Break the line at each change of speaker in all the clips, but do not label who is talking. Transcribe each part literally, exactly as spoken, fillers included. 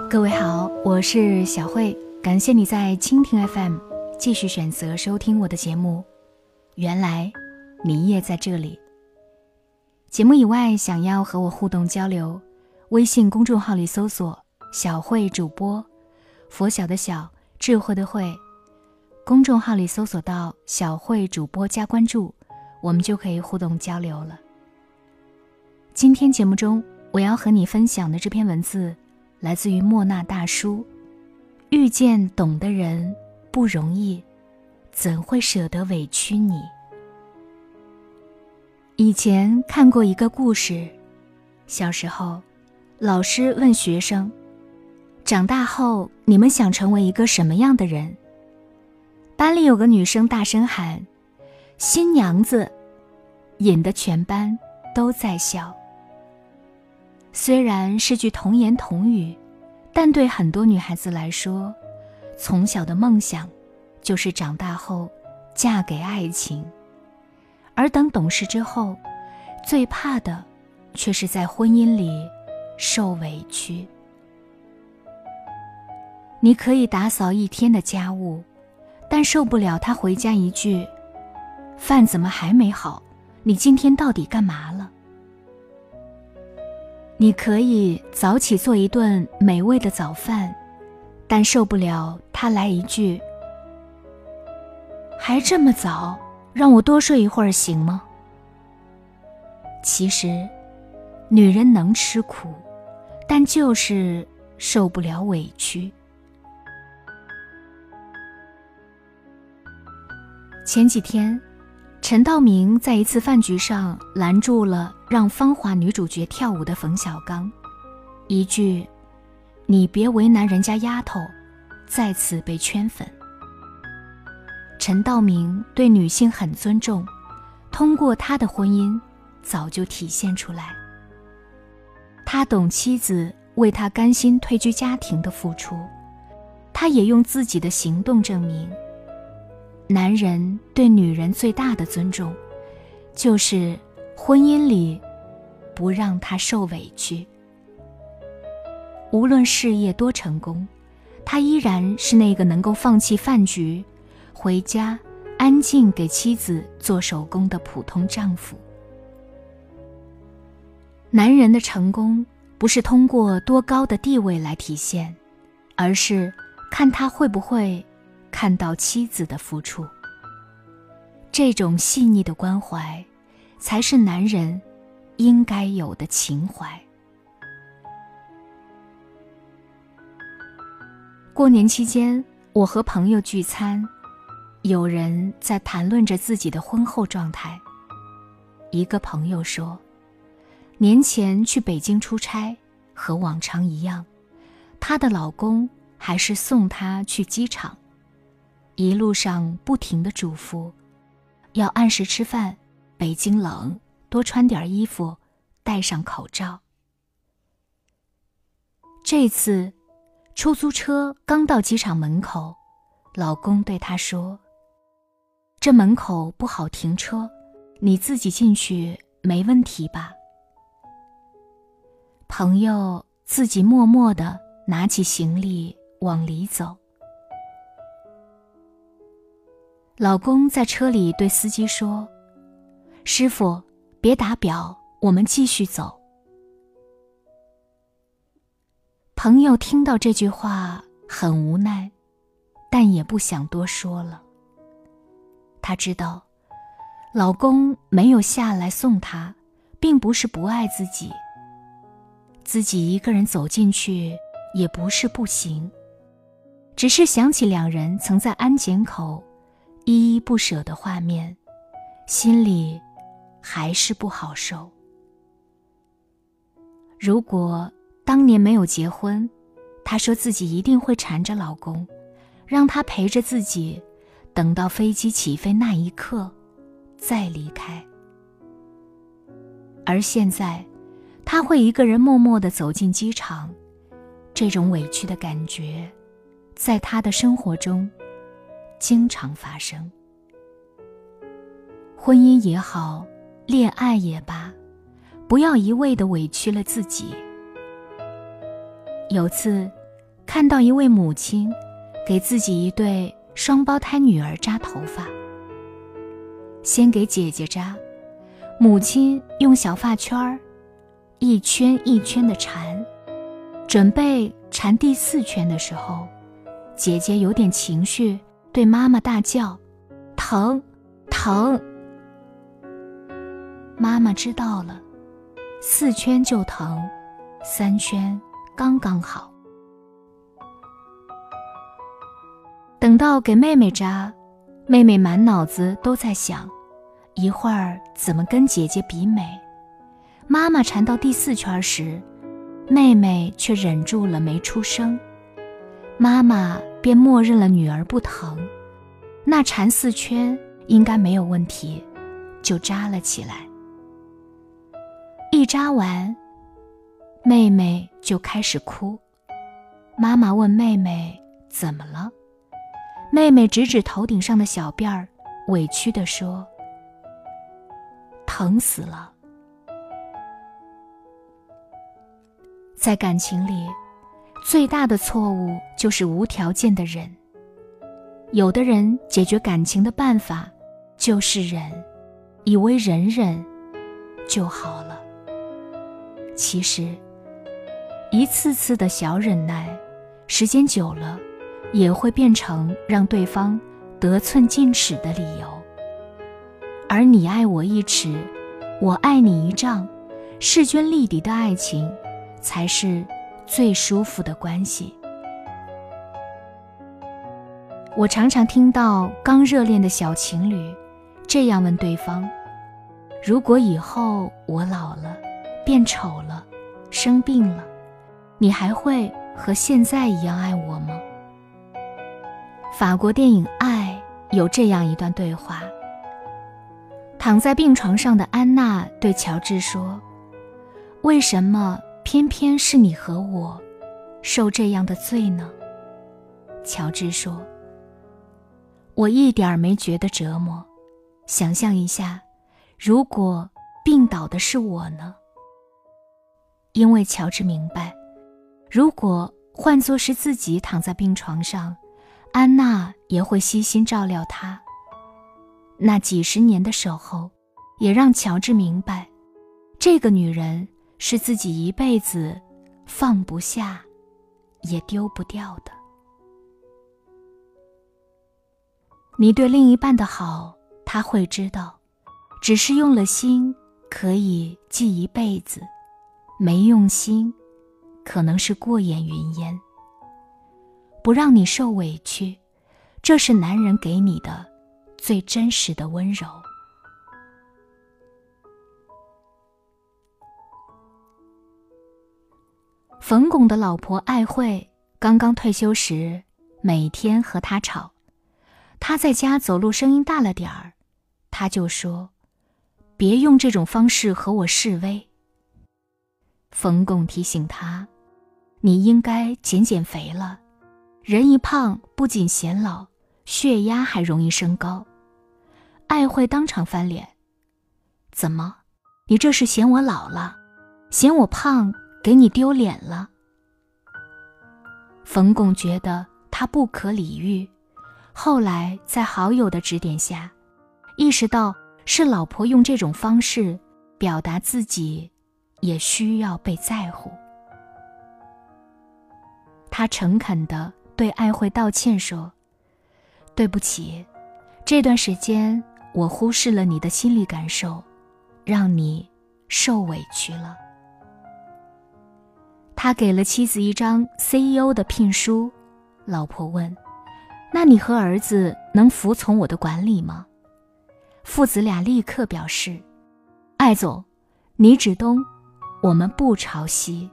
各位好，我是小慧，感谢你在蜻蜓 F M 继续选择收听我的节目。原来你也在这里。节目以外想要和我互动交流，微信公众号里搜索小慧主播，佛小的小，智慧的慧，公众号里搜索到小慧主播加关注，我们就可以互动交流了。今天节目中我要和你分享的这篇文字来自于莫那大叔，遇见懂的人不容易，怎会舍得委屈你？以前看过一个故事，小时候老师问学生，长大后你们想成为一个什么样的人？班里有个女生大声喊新娘子，引得全班都在笑。虽然是句童言童语，但对很多女孩子来说，从小的梦想就是长大后嫁给爱情，而等懂事之后，最怕的却是在婚姻里受委屈。你可以打扫一天的家务，但受不了他回家一句饭怎么还没好，你今天到底干嘛了？你可以早起做一顿美味的早饭，但受不了他来一句还这么早，让我多睡一会儿行吗？其实女人能吃苦，但就是受不了委屈。前几天陈道明在一次饭局上拦住了让芳华女主角跳舞的冯小刚，一句你别为难人家丫头，再次被圈粉。陈道明对女性很尊重，通过他的婚姻早就体现出来。他懂妻子为他甘心退居家庭的付出，他也用自己的行动证明，男人对女人最大的尊重，就是婚姻里不让她受委屈。无论事业多成功，他依然是那个能够放弃饭局，回家安静给妻子做手工的普通丈夫。男人的成功不是通过多高的地位来体现，而是看他会不会看到妻子的付出。这种细腻的关怀，才是男人应该有的情怀。过年期间，我和朋友聚餐，有人在谈论着自己的婚后状态。一个朋友说，年前去北京出差，和往常一样，她的老公还是送她去机场，一路上不停地嘱咐，要按时吃饭，北京冷，多穿点衣服，戴上口罩。这次出租车刚到机场门口，老公对她说，这门口不好停车，你自己进去没问题吧？朋友自己默默地拿起行李往里走。老公在车里对司机说，师傅，别打表，我们继续走。朋友听到这句话很无奈，但也不想多说了。她知道老公没有下来送她，并不是不爱自己，自己一个人走进去也不是不行，只是想起两人曾在安检口依依不舍的画面，心里还是不好受。如果当年没有结婚，她说自己一定会缠着老公，让他陪着自己，等到飞机起飞那一刻再离开。而现在她会一个人默默地走进机场，这种委屈的感觉在她的生活中经常发生。婚姻也好，恋爱也罢，不要一味地委屈了自己。有次看到一位母亲给自己一对双胞胎女儿扎头发。先给姐姐扎，母亲用小发圈儿一圈一圈地缠，准备缠第四圈的时候，姐姐有点情绪，对妈妈大叫：疼，疼！妈妈知道了，四圈就疼，三圈刚刚好。等到给妹妹扎，妹妹满脑子都在想，一会儿怎么跟姐姐比美。妈妈缠到第四圈时，妹妹却忍住了没出声，妈妈便默认了女儿不疼，那缠四圈应该没有问题，就扎了起来。一扎完，妹妹就开始哭。妈妈问妹妹怎么了，妹妹指指头顶上的小辫儿，委屈地说：疼死了。在感情里，最大的错误就是无条件的忍。有的人解决感情的办法就是忍，以为忍忍就好了。其实，一次次的小忍耐，时间久了，也会变成让对方得寸进尺的理由。而你爱我一尺，我爱你一丈，势均力敌的爱情才是最舒服的关系。我常常听到刚热恋的小情侣这样问对方：如果以后我老了，变丑了，生病了，你还会和现在一样爱我吗？法国电影《爱》有这样一段对话：躺在病床上的安娜对乔治说：为什么偏偏是你和我受这样的罪呢？乔治说：我一点没觉得折磨，想象一下，如果病倒的是我呢？因为乔治明白，如果换作是自己躺在病床上，安娜也会悉心照料他。那几十年的守候，也让乔治明白，这个女人是自己一辈子放不下，也丢不掉的。你对另一半的好，他会知道，只是用了心，可以记一辈子；没用心，可能是过眼云烟。不让你受委屈，这是男人给你的最真实的温柔。冯巩的老婆艾慧刚刚退休时，每天和他吵。他在家走路声音大了点儿，他就说：别用这种方式和我示威。冯巩提醒他：你应该减减肥了，人一胖不仅显老，血压还容易升高。艾慧当场翻脸：怎么，你这是嫌我老了，嫌我胖给你丢脸了？冯巩觉得他不可理喻，后来在好友的指点下，意识到是老婆用这种方式表达自己也需要被在乎。他诚恳地对艾慧道歉说：对不起，这段时间我忽视了你的心理感受，让你受委屈了。他给了妻子一张 C E O 的聘书，老婆问：那你和儿子能服从我的管理吗？父子俩立刻表示：艾总，你指东，我们不朝西。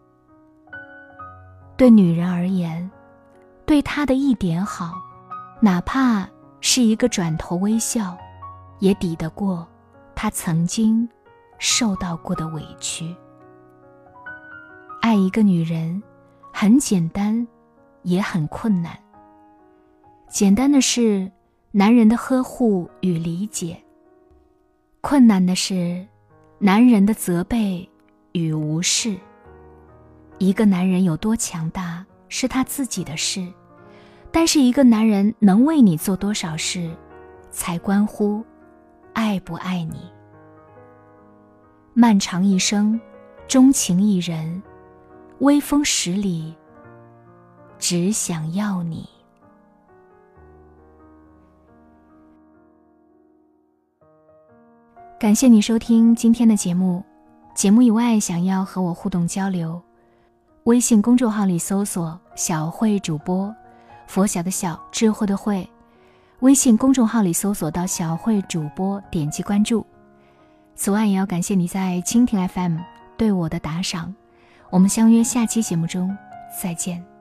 对女人而言，对她的一点好，哪怕是一个转头微笑，也抵得过她曾经受到过的委屈。爱一个女人很简单，也很困难。简单的是男人的呵护与理解，困难的是男人的责备与无视。一个男人有多强大， 是他自己的事，但是一个男人能为你做多少事，才关乎爱不爱你。漫长一生，钟情一人，微风十里，只想要你。感谢你收听今天的节目，节目以外想要和我互动交流，微信公众号里搜索小慧主播，佛晓的晓，智慧的慧，微信公众号里搜索到小慧主播，点击关注。此外也要感谢你在蜻蜓 F M 对我的打赏，我们相约下期节目中再见。